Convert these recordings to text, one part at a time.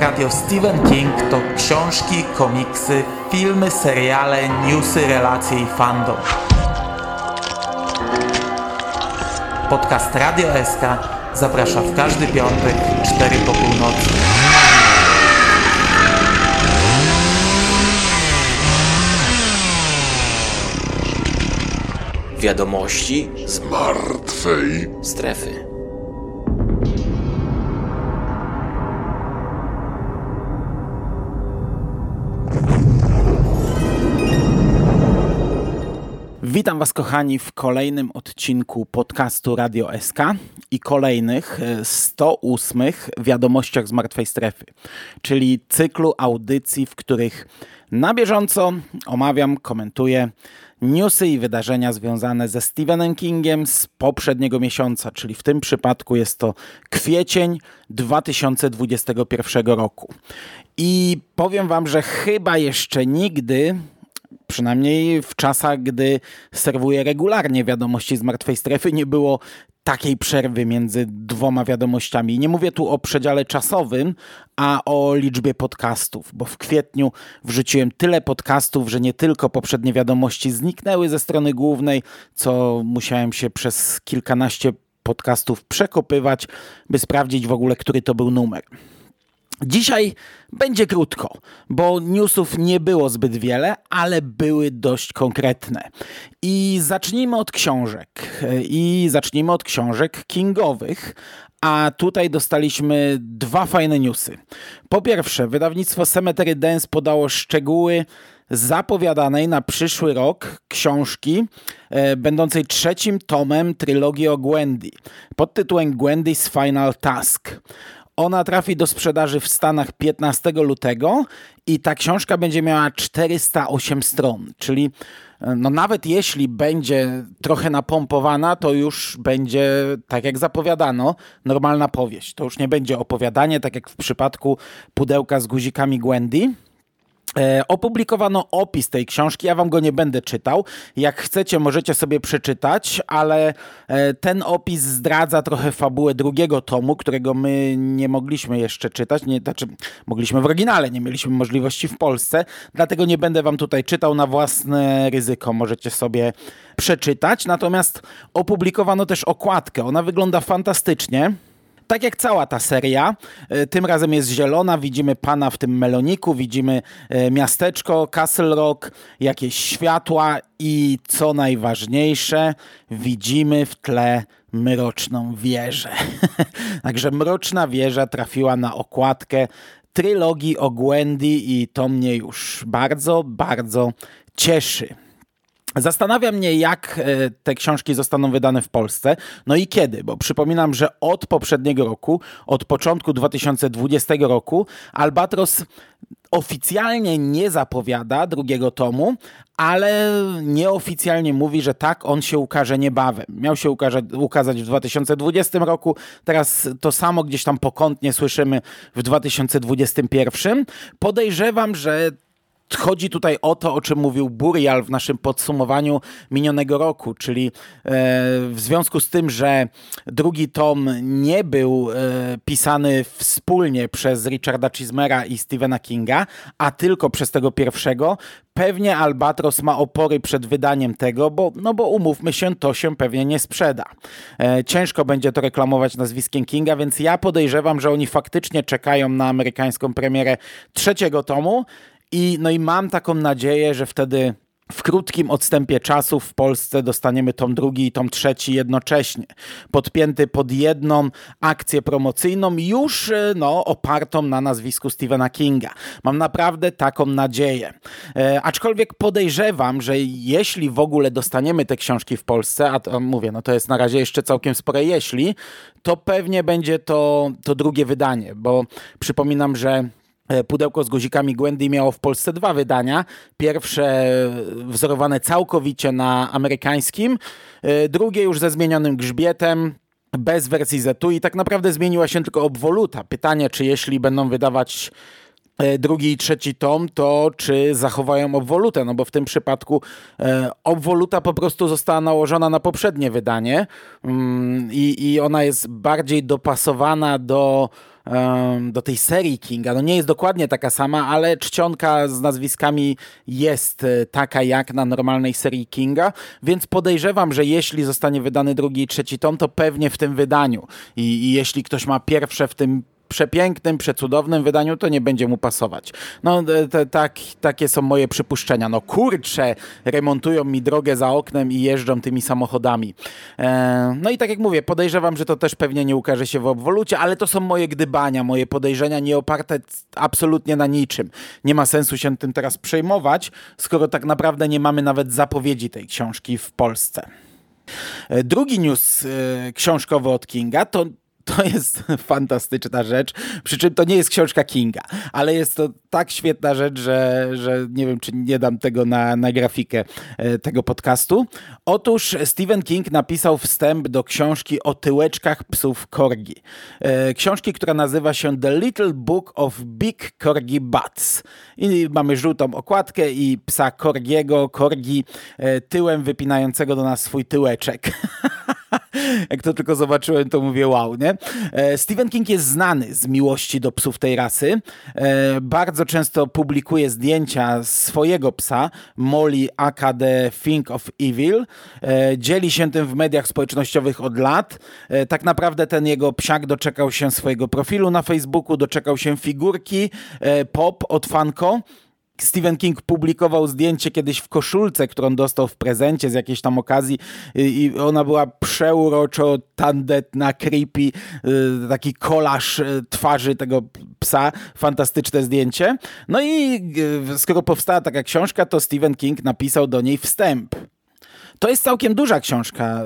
Radio Stephen King to książki, komiksy, filmy, seriale, newsy, relacje i fandom. Podcast Radio SK zaprasza w każdy piątek 4 po północy. Wiadomości z martwej strefy. Witam Was, kochani, w kolejnym odcinku podcastu Radio SK i kolejnych 108 wiadomościach z martwej strefy, czyli cyklu audycji, w których na bieżąco omawiam, komentuję newsy i wydarzenia związane ze Stephenem Kingiem z poprzedniego miesiąca, czyli w tym przypadku jest to kwiecień 2021 roku. I powiem Wam, że chyba jeszcze nigdy, przynajmniej w czasach, gdy serwuję regularnie wiadomości z martwej strefy, nie było takiej przerwy między dwoma wiadomościami. Nie mówię tu o przedziale czasowym, a o liczbie podcastów, bo w kwietniu wrzuciłem tyle podcastów, że nie tylko poprzednie wiadomości zniknęły ze strony głównej, co musiałem się przez kilkanaście podcastów przekopywać, by sprawdzić w ogóle, który to był numer. Dzisiaj będzie krótko, bo newsów nie było zbyt wiele, ale były dość konkretne. I zacznijmy od książek kingowych, a tutaj dostaliśmy dwa fajne newsy. Po pierwsze, wydawnictwo Cemetery Dance podało szczegóły zapowiadanej na przyszły rok książki będącej trzecim tomem trylogii o Gwendy pod tytułem Gwendy's Final Task. Ona trafi do sprzedaży w Stanach 15 lutego i ta książka będzie miała 408 stron, czyli nawet jeśli będzie trochę napompowana, to już będzie, tak jak zapowiadano, normalna powieść. To już nie będzie opowiadanie, tak jak w przypadku Pudełka z guzikami Gwendy. Opublikowano opis tej książki, ja wam go nie będę czytał. Jak chcecie, możecie sobie przeczytać, ale ten opis zdradza trochę fabułę drugiego tomu, którego my nie mogliśmy jeszcze czytać. Mogliśmy w oryginale, nie mieliśmy możliwości w Polsce, dlatego nie będę wam tutaj czytał, na własne ryzyko możecie sobie przeczytać. Natomiast opublikowano też okładkę, ona wygląda fantastycznie. Tak jak cała ta seria, tym razem jest zielona, widzimy pana w tym meloniku, widzimy miasteczko, Castle Rock, jakieś światła i co najważniejsze, widzimy w tle mroczną wieżę. Także mroczna wieża trafiła na okładkę trylogii o Gwendy i to mnie już bardzo, bardzo cieszy. Zastanawia mnie, jak te książki zostaną wydane w Polsce, no i kiedy, bo przypominam, że od poprzedniego roku, od początku 2020 roku Albatros oficjalnie nie zapowiada drugiego tomu, ale nieoficjalnie mówi, że tak, on się ukaże niebawem. Miał się ukazać w 2020 roku, teraz to samo gdzieś tam pokątnie słyszymy w 2021. Podejrzewam, że chodzi tutaj o to, o czym mówił Burial w naszym podsumowaniu minionego roku, czyli w związku z tym, że drugi tom nie był pisany wspólnie przez Richarda Chizmera i Stephena Kinga, a tylko przez tego pierwszego, pewnie Albatros ma opory przed wydaniem tego, bo umówmy się, to się pewnie nie sprzeda. Ciężko będzie to reklamować nazwiskiem Kinga, więc ja podejrzewam, że oni faktycznie czekają na amerykańską premierę trzeciego tomu. I mam taką nadzieję, że wtedy w krótkim odstępie czasu w Polsce dostaniemy tom drugi i tom trzeci jednocześnie, podpięty pod jedną akcję promocyjną, już opartą na nazwisku Stephena Kinga. Mam naprawdę taką nadzieję. Aczkolwiek podejrzewam, że jeśli w ogóle dostaniemy te książki w Polsce, a to mówię, to jest na razie jeszcze całkiem spore jeśli, to pewnie będzie to drugie wydanie, bo przypominam, że Pudełko z guzikami Gwendy miało w Polsce dwa wydania. Pierwsze wzorowane całkowicie na amerykańskim, drugie już ze zmienionym grzbietem, bez wersji ZU i tak naprawdę zmieniła się tylko obwoluta. Pytanie, czy jeśli będą wydawać drugi i trzeci tom, to czy zachowają obwolutę, no bo w tym przypadku obwoluta po prostu została nałożona na poprzednie wydanie i ona jest bardziej dopasowana do tej serii Kinga. No nie jest dokładnie taka sama, ale czcionka z nazwiskami jest taka jak na normalnej serii Kinga, więc podejrzewam, że jeśli zostanie wydany drugi i trzeci tom, to pewnie w tym wydaniu. I jeśli ktoś ma pierwsze w tym przepięknym, przecudownym wydaniu, to nie będzie mu pasować. No takie są moje przypuszczenia. No kurczę, remontują mi drogę za oknem i jeżdżą tymi samochodami. No i tak jak mówię, podejrzewam, że to też pewnie nie ukaże się w obwolucie, ale to są moje gdybania, moje podejrzenia nie oparte absolutnie na niczym. Nie ma sensu się tym teraz przejmować, skoro tak naprawdę nie mamy nawet zapowiedzi tej książki w Polsce. Drugi news książkowy od Kinga to jest fantastyczna rzecz, przy czym to nie jest książka Kinga, ale jest to tak świetna rzecz, że nie wiem, czy nie dam tego na grafikę tego podcastu. Otóż Stephen King napisał wstęp do książki o tyłeczkach psów Corgi. Książki, która nazywa się The Little Book of Big Corgi Butts. I mamy żółtą okładkę i psa Corgi tyłem wypinającego do nas swój tyłeczek. Jak to tylko zobaczyłem, to mówię wow, nie? Stephen King jest znany z miłości do psów tej rasy. Bardzo często publikuje zdjęcia swojego psa, Molly aka The Thing of Evil. Dzieli się tym w mediach społecznościowych od lat. Tak naprawdę ten jego psiak doczekał się swojego profilu na Facebooku, doczekał się figurki Pop od Funko. Stephen King publikował zdjęcie kiedyś w koszulce, którą dostał w prezencie z jakiejś tam okazji i ona była przeuroczo tandetna, creepy, taki kolaż twarzy tego psa, fantastyczne zdjęcie. No i skoro powstała taka książka, to Stephen King napisał do niej wstęp. To jest całkiem duża książka.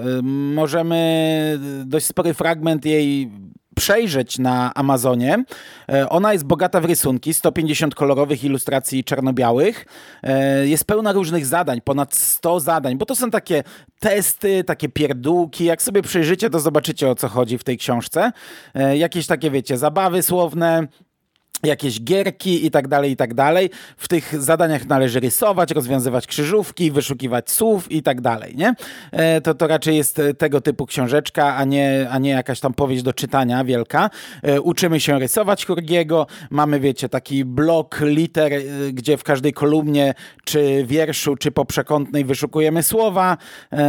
Możemy dość spory fragment jej przejrzeć na Amazonie. Ona jest bogata w rysunki, 150 kolorowych ilustracji czarno-białych. Jest pełna różnych zadań, ponad 100 zadań, bo to są takie testy, takie pierdółki. Jak sobie przejrzycie, to zobaczycie, o co chodzi w tej książce. Jakieś takie, wiecie, zabawy słowne, jakieś gierki i tak dalej, i tak dalej. W tych zadaniach należy rysować, rozwiązywać krzyżówki, wyszukiwać słów i tak dalej, nie? To raczej jest tego typu książeczka, a nie jakaś tam powieść do czytania wielka. Uczymy się rysować Corgiego. Mamy, wiecie, taki blok liter, gdzie w każdej kolumnie, czy wierszu, czy poprzekątnej wyszukujemy słowa.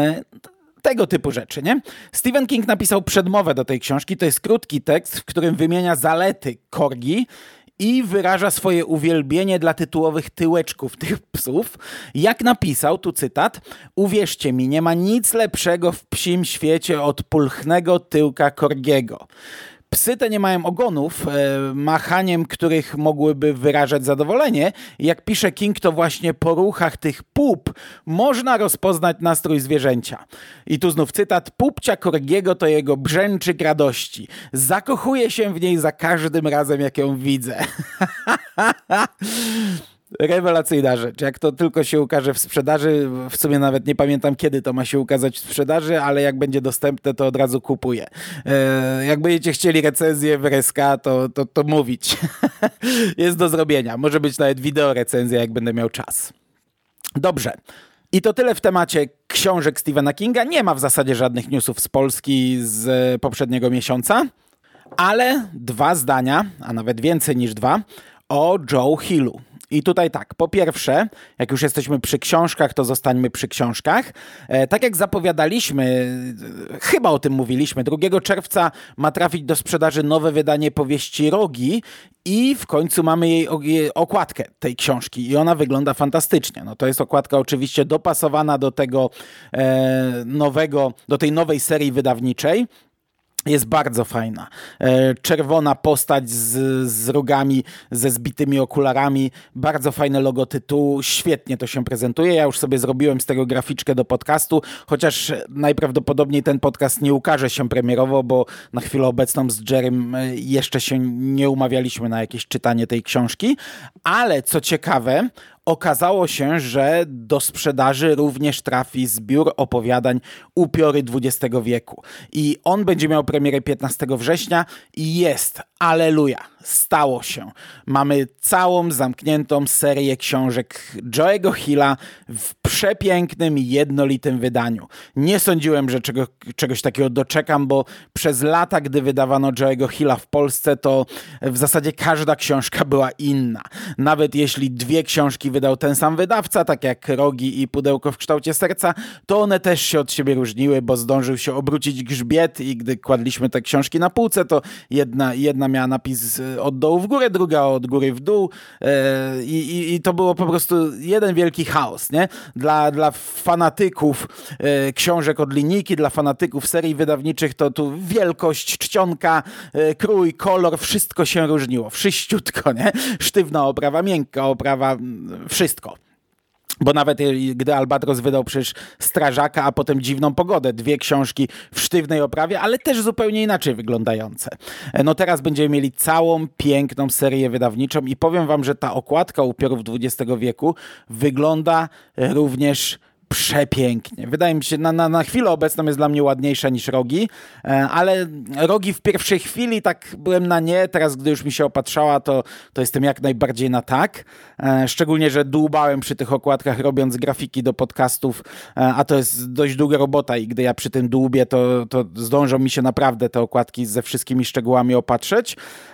Tego typu rzeczy, nie? Stephen King napisał przedmowę do tej książki. To jest krótki tekst, w którym wymienia zalety Corgi i wyraża swoje uwielbienie dla tytułowych tyłeczków tych psów. Jak napisał, tu cytat: uwierzcie mi, nie ma nic lepszego w psim świecie od pulchnego tyłka Corgiego. Psy te nie mają ogonów, machaniem których mogłyby wyrażać zadowolenie. Jak pisze King, to właśnie po ruchach tych pup można rozpoznać nastrój zwierzęcia. I tu znów cytat: pupcia Corgiego to jego brzęczyk radości. Zakochuję się w niej za każdym razem, jak ją widzę. Rewelacyjna rzecz. Jak to tylko się ukaże w sprzedaży, w sumie nawet nie pamiętam, kiedy to ma się ukazać w sprzedaży, ale jak będzie dostępne, to od razu kupuję. Jak będziecie chcieli recenzję w RSK, to mówić. Jest do zrobienia. Może być nawet wideo recenzja, jak będę miał czas. Dobrze. I to tyle w temacie książek Stephena Kinga. Nie ma w zasadzie żadnych newsów z Polski z poprzedniego miesiąca, ale 2 zdania, a nawet więcej niż 2, o Joe Hillu. I tutaj tak, po pierwsze, jak już jesteśmy przy książkach, to zostańmy przy książkach. Tak jak zapowiadaliśmy, chyba o tym mówiliśmy, 2 czerwca ma trafić do sprzedaży nowe wydanie powieści Rogi i w końcu mamy jej okładkę tej książki i ona wygląda fantastycznie. No to jest okładka oczywiście dopasowana do tego do tej nowej serii wydawniczej. Jest bardzo fajna. Czerwona postać z rogami, ze zbitymi okularami. Bardzo fajne logo tytułu. Świetnie to się prezentuje. Ja już sobie zrobiłem z tego graficzkę do podcastu, chociaż najprawdopodobniej ten podcast nie ukaże się premierowo, bo na chwilę obecną z Jerrym jeszcze się nie umawialiśmy na jakieś czytanie tej książki. Ale co ciekawe, okazało się, że do sprzedaży również trafi zbiór opowiadań Upiory XX wieku. I on będzie miał premierę 15 września i jest, alleluja, stało się. Mamy całą zamkniętą serię książek Joe'ego Hilla w przepięknym, jednolitym wydaniu. Nie sądziłem, że czegoś takiego doczekam, bo przez lata, gdy wydawano Joe'ego Hilla w Polsce, to w zasadzie każda książka była inna. Nawet jeśli 2 książki wydał ten sam wydawca, tak jak Rogi i Pudełko w kształcie serca, to one też się od siebie różniły, bo zdążył się obrócić grzbiet i gdy kładliśmy te książki na półce, to jedna miała napis od dołu w górę, druga od góry w dół i to było po prostu jeden wielki chaos, nie? Dla fanatyków książek od linijki, dla fanatyków serii wydawniczych to tu wielkość, czcionka, krój, kolor, wszystko się różniło. Wszyściutko, nie? Sztywna oprawa, miękka oprawa, wszystko. Bo nawet gdy Albatros wydał przecież Strażaka, a potem Dziwną Pogodę, 2 książki w sztywnej oprawie, ale też zupełnie inaczej wyglądające. No teraz będziemy mieli całą piękną serię wydawniczą i powiem wam, że ta okładka Upiorów XX wieku wygląda również przepięknie. Wydaje mi się, na chwilę obecną jest dla mnie ładniejsza niż Rogi, ale Rogi w pierwszej chwili tak byłem na nie, teraz gdy już mi się opatrzała, to jestem jak najbardziej na tak. Szczególnie, że dłubałem przy tych okładkach robiąc grafiki do podcastów, a to jest dość długa robota i gdy ja przy tym dłubię, to zdążą mi się naprawdę te okładki ze wszystkimi szczegółami opatrzeć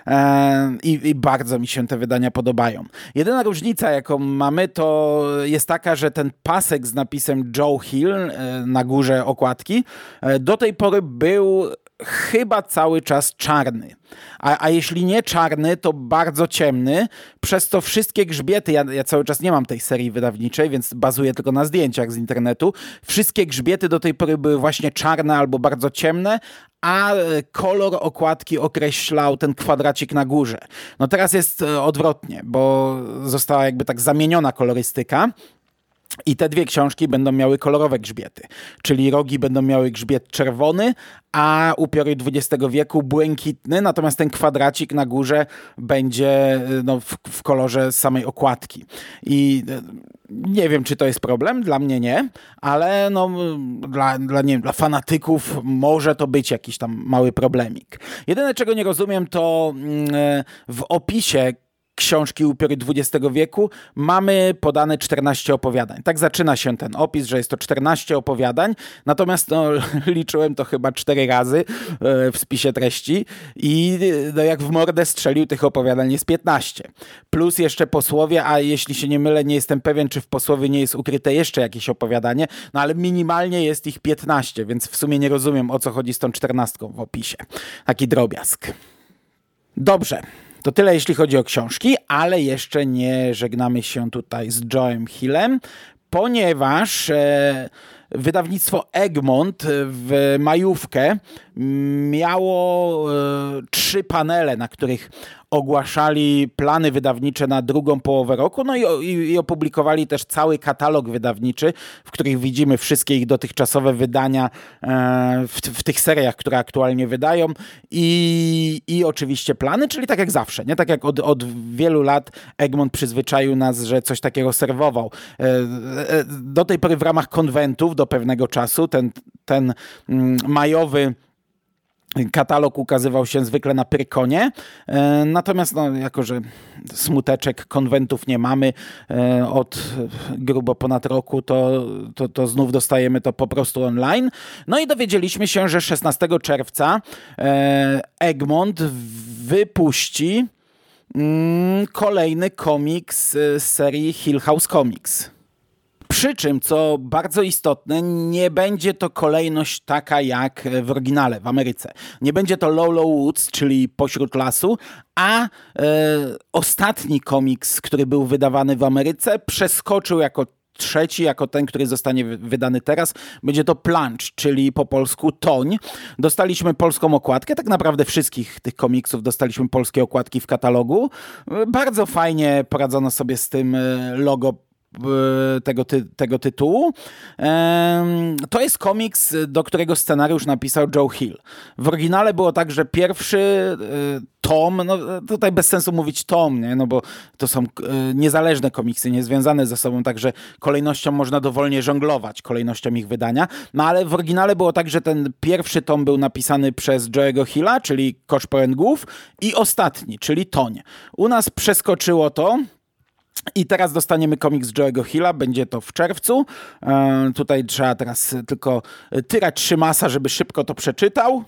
i bardzo mi się te wydania podobają. Jedyna różnica, jaką mamy, to jest taka, że ten pasek z napisem Joe Hill na górze okładki do tej pory był chyba cały czas czarny. A jeśli nie czarny, to bardzo ciemny. Przez to wszystkie grzbiety, ja cały czas nie mam tej serii wydawniczej, więc bazuję tylko na zdjęciach z internetu. Wszystkie grzbiety do tej pory były właśnie czarne albo bardzo ciemne, a kolor okładki określał ten kwadracik na górze. No teraz jest odwrotnie, bo została jakby tak zamieniona kolorystyka. I te 2 książki będą miały kolorowe grzbiety, czyli Rogi będą miały grzbiet czerwony, a Upiory XX wieku błękitny, natomiast ten kwadracik na górze będzie w kolorze samej okładki. I nie wiem, czy to jest problem, dla mnie nie, ale dla fanatyków może to być jakiś tam mały problemik. Jedyne, czego nie rozumiem, to w opisie książki Upiory XX wieku mamy podane 14 opowiadań. Tak zaczyna się ten opis, że jest to 14 opowiadań, natomiast liczyłem to chyba 4 razy w spisie treści i jak w mordę strzelił, tych opowiadań jest 15. Plus jeszcze posłowie, a jeśli się nie mylę, nie jestem pewien, czy w posłowie nie jest ukryte jeszcze jakieś opowiadanie, no ale minimalnie jest ich 15, więc w sumie nie rozumiem, o co chodzi z tą 14 w opisie. Taki drobiazg. Dobrze. To tyle, jeśli chodzi o książki, ale jeszcze nie żegnamy się tutaj z Joe'em Hillem, ponieważ wydawnictwo Egmont w majówkę miało 3 panele, na których ogłaszali plany wydawnicze na drugą połowę roku, no i opublikowali też cały katalog wydawniczy, w których widzimy wszystkie ich dotychczasowe wydania w tych seriach, które aktualnie wydają i oczywiście plany, czyli tak jak zawsze, nie tak jak od wielu lat Egmont przyzwyczaił nas, że coś takiego serwował. Do tej pory w ramach konwentów do pewnego czasu ten majowy katalog ukazywał się zwykle na Pyrkonie, natomiast jako, że smuteczek konwentów nie mamy od grubo ponad roku, to znów dostajemy to po prostu online. No i dowiedzieliśmy się, że 16 czerwca Egmont wypuści kolejny komiks z serii Hill House Comics. Przy czym, co bardzo istotne, nie będzie to kolejność taka jak w oryginale w Ameryce. Nie będzie to Low Low Woods, czyli Pośród lasu, a ostatni komiks, który był wydawany w Ameryce, przeskoczył jako trzeci, jako ten, który zostanie wydany teraz. Będzie to Plunge, czyli po polsku Toń. Dostaliśmy polską okładkę, tak naprawdę wszystkich tych komiksów dostaliśmy polskie okładki w katalogu. Bardzo fajnie poradzono sobie z tym logo tego tytułu. To jest komiks, do którego scenariusz napisał Joe Hill. W oryginale było tak, że pierwszy tom, no tutaj bez sensu mówić tom, nie? No bo to są niezależne komiksy, niezwiązane ze sobą, także kolejnością można dowolnie żonglować, kolejnością ich wydania, no ale w oryginale było tak, że ten pierwszy tom był napisany przez Joe'ego Hilla, czyli Kosz pełen głów, i ostatni, czyli Toń. U nas przeskoczyło to i teraz dostaniemy komiks Joe'ego Hilla, będzie to w czerwcu. Tutaj trzeba teraz tylko tyrać Szymasa, żeby szybko to przeczytał.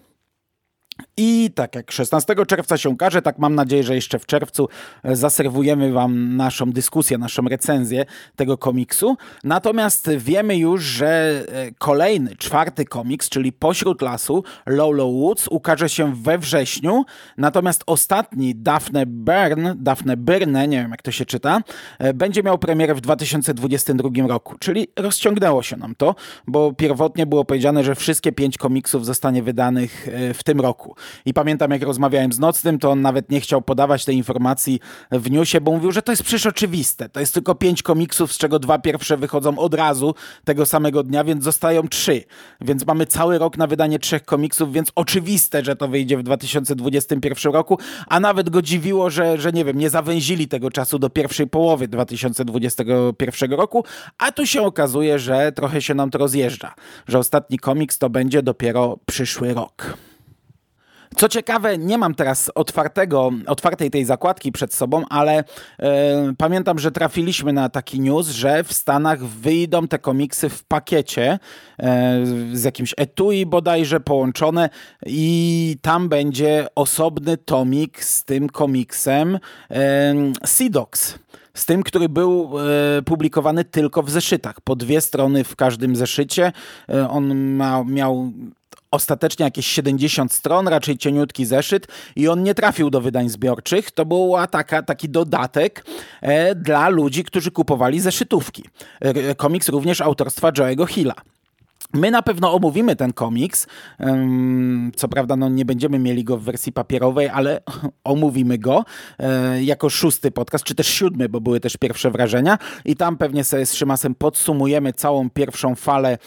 I tak jak 16 czerwca się ukaże, tak mam nadzieję, że jeszcze w czerwcu zaserwujemy wam naszą dyskusję, naszą recenzję tego komiksu. Natomiast wiemy już, że kolejny, 4. komiks, czyli Pośród lasu, Low Woods, ukaże się we wrześniu. Natomiast ostatni, Daphne Byrne, nie wiem jak to się czyta, będzie miał premierę w 2022 roku. Czyli rozciągnęło się nam to, bo pierwotnie było powiedziane, że wszystkie 5 komiksów zostanie wydanych w tym roku. I pamiętam, jak rozmawiałem z Nocnym, to on nawet nie chciał podawać tej informacji w newsie, bo mówił, że to jest przecież oczywiste. To jest tylko 5 komiksów, z czego 2 pierwsze wychodzą od razu tego samego dnia, więc zostają 3. Więc mamy cały rok na wydanie 3 komiksów, więc oczywiste, że to wyjdzie w 2021 roku, a nawet go dziwiło, że nie wiem, nie zawęzili tego czasu do pierwszej połowy 2021 roku, a tu się okazuje, że trochę się nam to rozjeżdża, że ostatni komiks to będzie dopiero przyszły rok. Co ciekawe, nie mam teraz otwartej tej zakładki przed sobą, ale pamiętam, że trafiliśmy na taki news, że w Stanach wyjdą te komiksy w pakiecie z jakimś etui bodajże połączone i tam będzie osobny tomik z tym komiksem Sea Dogs. Z tym, który był publikowany tylko w zeszytach. Po 2 strony w każdym zeszycie. On miał ostatecznie jakieś 70 stron, raczej cieniutki zeszyt i on nie trafił do wydań zbiorczych. To był taki dodatek dla ludzi, którzy kupowali zeszytówki. Komiks również autorstwa Joe'ego Hilla. My na pewno omówimy ten komiks, co prawda no nie będziemy mieli go w wersji papierowej, ale omówimy go jako 6. podcast, czy też 7, bo były też pierwsze wrażenia i tam pewnie sobie z Szymasem podsumujemy całą pierwszą falę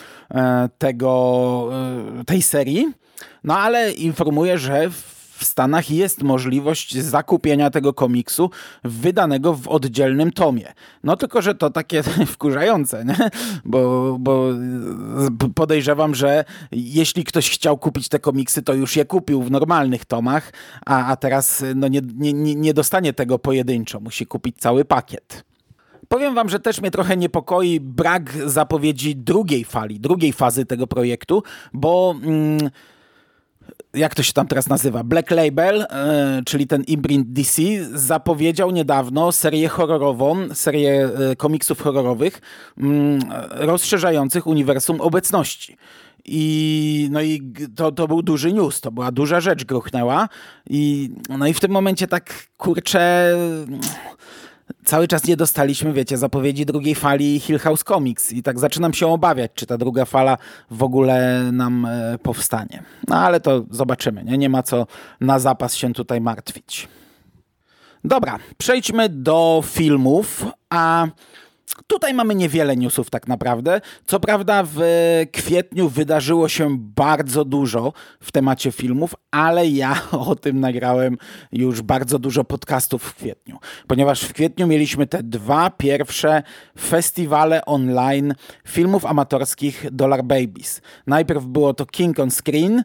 tej serii, no ale informuję, że w Stanach jest możliwość zakupienia tego komiksu wydanego w oddzielnym tomie. No tylko, że to takie wkurzające, nie? Bo podejrzewam, że jeśli ktoś chciał kupić te komiksy, to już je kupił w normalnych tomach, a teraz no nie dostanie tego pojedynczo. Musi kupić cały pakiet. Powiem wam, że też mnie trochę niepokoi brak zapowiedzi drugiej fazy tego projektu, bo jak to się tam teraz nazywa, Black Label, czyli ten imprint DC, zapowiedział niedawno serię horrorową, serię komiksów horrorowych rozszerzających uniwersum obecności. I to był duży news, to była duża rzecz, gruchnęła. I w tym momencie tak, kurczę, cały czas nie dostaliśmy, wiecie, zapowiedzi drugiej fali Hill House Comics i tak zaczynam się obawiać, czy ta druga fala w ogóle nam powstanie. No ale to zobaczymy, nie ma co na zapas się tutaj martwić. Dobra, przejdźmy do filmów, a tutaj mamy niewiele newsów tak naprawdę. Co prawda w kwietniu wydarzyło się bardzo dużo w temacie filmów, ale ja o tym nagrałem już bardzo dużo podcastów w kwietniu. Ponieważ w kwietniu mieliśmy te 2 pierwsze festiwale online filmów amatorskich Dollar Babies. Najpierw było to King on Screen,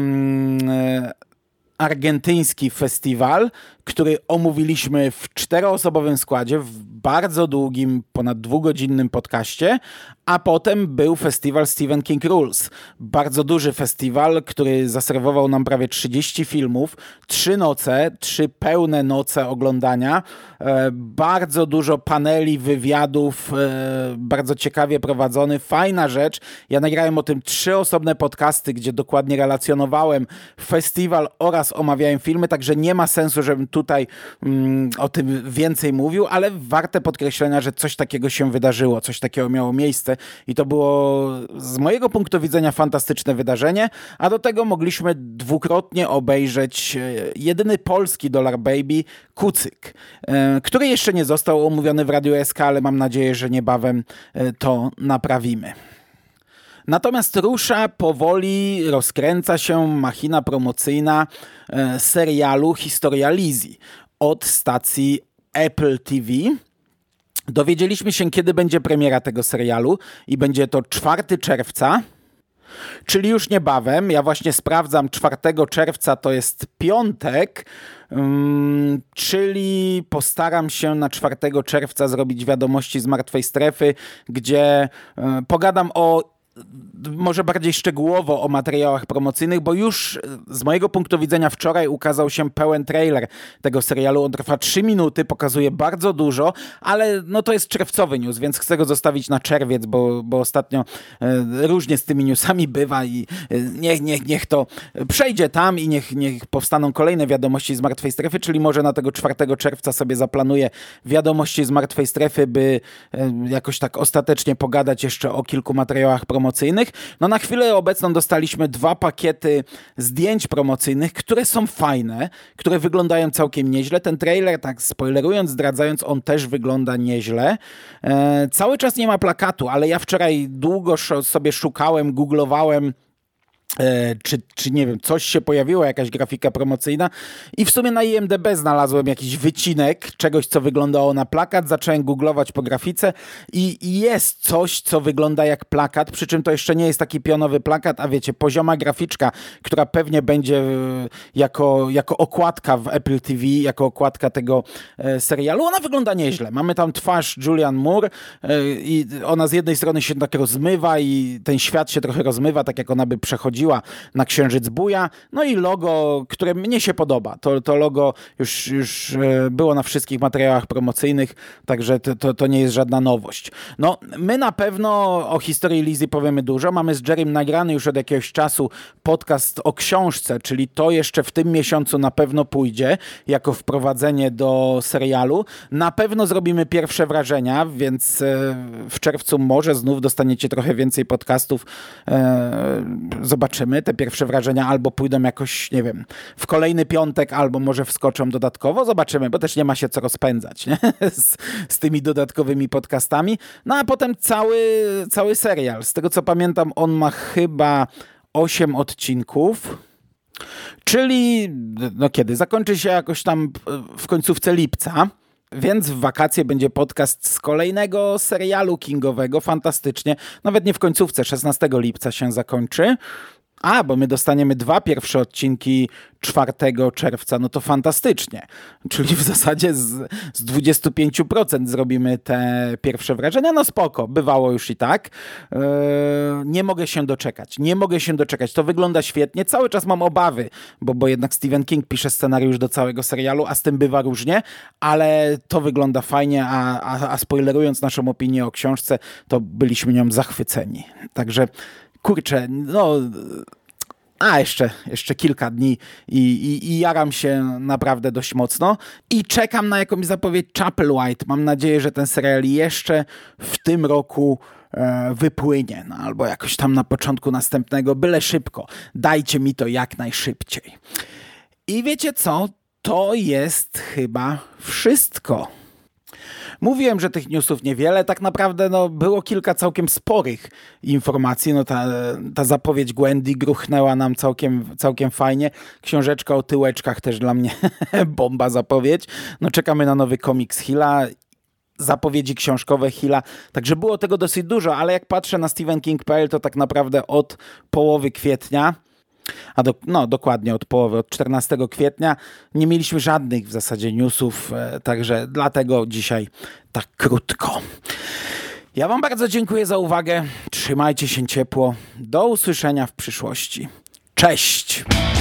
argentyński festiwal, który omówiliśmy w 4-osobowym składzie, w bardzo długim, ponad 2-godzinnym podcaście, a potem był festiwal Stephen King Rules. Bardzo duży festiwal, który zaserwował nam prawie 30 filmów, 3 pełne noce oglądania, bardzo dużo paneli, wywiadów, bardzo ciekawie prowadzony, fajna rzecz. Ja nagrałem o tym 3 osobne podcasty, gdzie dokładnie relacjonowałem festiwal oraz omawiałem filmy, także nie ma sensu, żebym tutaj o tym więcej mówił, ale warte podkreślenia, że coś takiego się wydarzyło, coś takiego miało miejsce i to było z mojego punktu widzenia fantastyczne wydarzenie, a do tego mogliśmy 2-krotnie obejrzeć jedyny polski Dollar Baby, Kucyk, który jeszcze nie został omówiony w Radiu SK, ale mam nadzieję, że niebawem to naprawimy. Natomiast rusza powoli, rozkręca się machina promocyjna serialu Historia Lizzie od stacji Apple TV. Dowiedzieliśmy się, kiedy będzie premiera tego serialu i będzie to 4 czerwca, czyli już niebawem. Ja właśnie sprawdzam, 4 czerwca to jest piątek, czyli postaram się na 4 czerwca zrobić wiadomości z Martwej Strefy, gdzie pogadam może bardziej szczegółowo o materiałach promocyjnych, bo już z mojego punktu widzenia wczoraj ukazał się pełen trailer tego serialu. On trwa 3 minuty, pokazuje bardzo dużo, ale no to jest czerwcowy news, więc chcę go zostawić na czerwiec, bo ostatnio różnie z tymi newsami bywa i niech to przejdzie tam i niech powstaną kolejne wiadomości z Martwej Strefy, czyli może na tego 4 czerwca sobie zaplanuję wiadomości z Martwej Strefy, by jakoś tak ostatecznie pogadać jeszcze o kilku materiałach promocyjnych. No na chwilę obecną dostaliśmy 2 pakiety zdjęć promocyjnych, które są fajne, które wyglądają całkiem nieźle. Ten trailer, tak spoilerując, zdradzając, on też wygląda nieźle. Cały czas nie ma plakatu, ale ja wczoraj długo sobie szukałem, googlowałem, czy nie wiem, coś się pojawiło, jakaś grafika promocyjna i w sumie na IMDb znalazłem jakiś wycinek czegoś, co wyglądało na plakat, zacząłem googlować po grafice i jest coś, co wygląda jak plakat, przy czym to jeszcze nie jest taki pionowy plakat, a wiecie, pozioma graficzka, która pewnie będzie jako okładka w Apple TV, jako okładka tego serialu, ona wygląda nieźle. Mamy tam twarz Julianne Moore i ona z jednej strony się tak rozmywa i ten świat się trochę rozmywa, tak jak ona by przechodziła na Księżyc Buja, no i logo, które mnie się podoba. To logo już było na wszystkich materiałach promocyjnych, także to nie jest żadna nowość. No, my na pewno o historii Lizzie powiemy dużo. Mamy z Jerrym nagrany już od jakiegoś czasu podcast o książce, czyli to jeszcze w tym miesiącu na pewno pójdzie jako wprowadzenie do serialu. Na pewno zrobimy pierwsze wrażenia, więc w czerwcu może znów dostaniecie trochę więcej podcastów. Zobaczymy. Te pierwsze wrażenia albo pójdą jakoś, nie wiem, w kolejny piątek, albo może wskoczą dodatkowo. Zobaczymy, bo też nie ma się co rozpędzać, nie? Z tymi dodatkowymi podcastami. No a potem cały serial. Z tego co pamiętam, on ma chyba 8 odcinków. Czyli, no kiedy? Zakończy się jakoś tam w końcówce lipca. Więc w wakacje będzie podcast z kolejnego serialu kingowego, fantastycznie. Nawet nie w końcówce, 16 lipca się zakończy. Bo my dostaniemy 2 pierwsze odcinki 4 czerwca, no to fantastycznie. Czyli w zasadzie z 25% zrobimy te pierwsze wrażenia. No spoko, bywało już i tak. Nie mogę się doczekać. To wygląda świetnie. Cały czas mam obawy, bo jednak Stephen King pisze scenariusz do całego serialu, a z tym bywa różnie, ale to wygląda fajnie, a spoilerując naszą opinię o książce, to byliśmy nią zachwyceni. Także kurczę, no... jeszcze kilka dni i jaram się naprawdę dość mocno. I czekam na jakąś zapowiedź Chapelwhite. Mam nadzieję, że ten serial jeszcze w tym roku wypłynie. No, albo jakoś tam na początku następnego, byle szybko. Dajcie mi to jak najszybciej. I wiecie co? To jest chyba wszystko. Mówiłem, że tych newsów niewiele, tak naprawdę było kilka całkiem sporych informacji. Ta zapowiedź Gwendy gruchnęła nam całkiem fajnie. Książeczka o tyłeczkach też dla mnie bomba zapowiedź. Czekamy na nowy komiks Hilla, zapowiedzi książkowe Hilla, także było tego dosyć dużo, ale jak patrzę na StephenKing.pl, to tak naprawdę od połowy kwietnia, dokładnie od połowy, od 14 kwietnia nie mieliśmy żadnych w zasadzie newsów, także dlatego dzisiaj tak krótko. Ja wam bardzo dziękuję za uwagę, trzymajcie się ciepło, do usłyszenia w przyszłości. Cześć!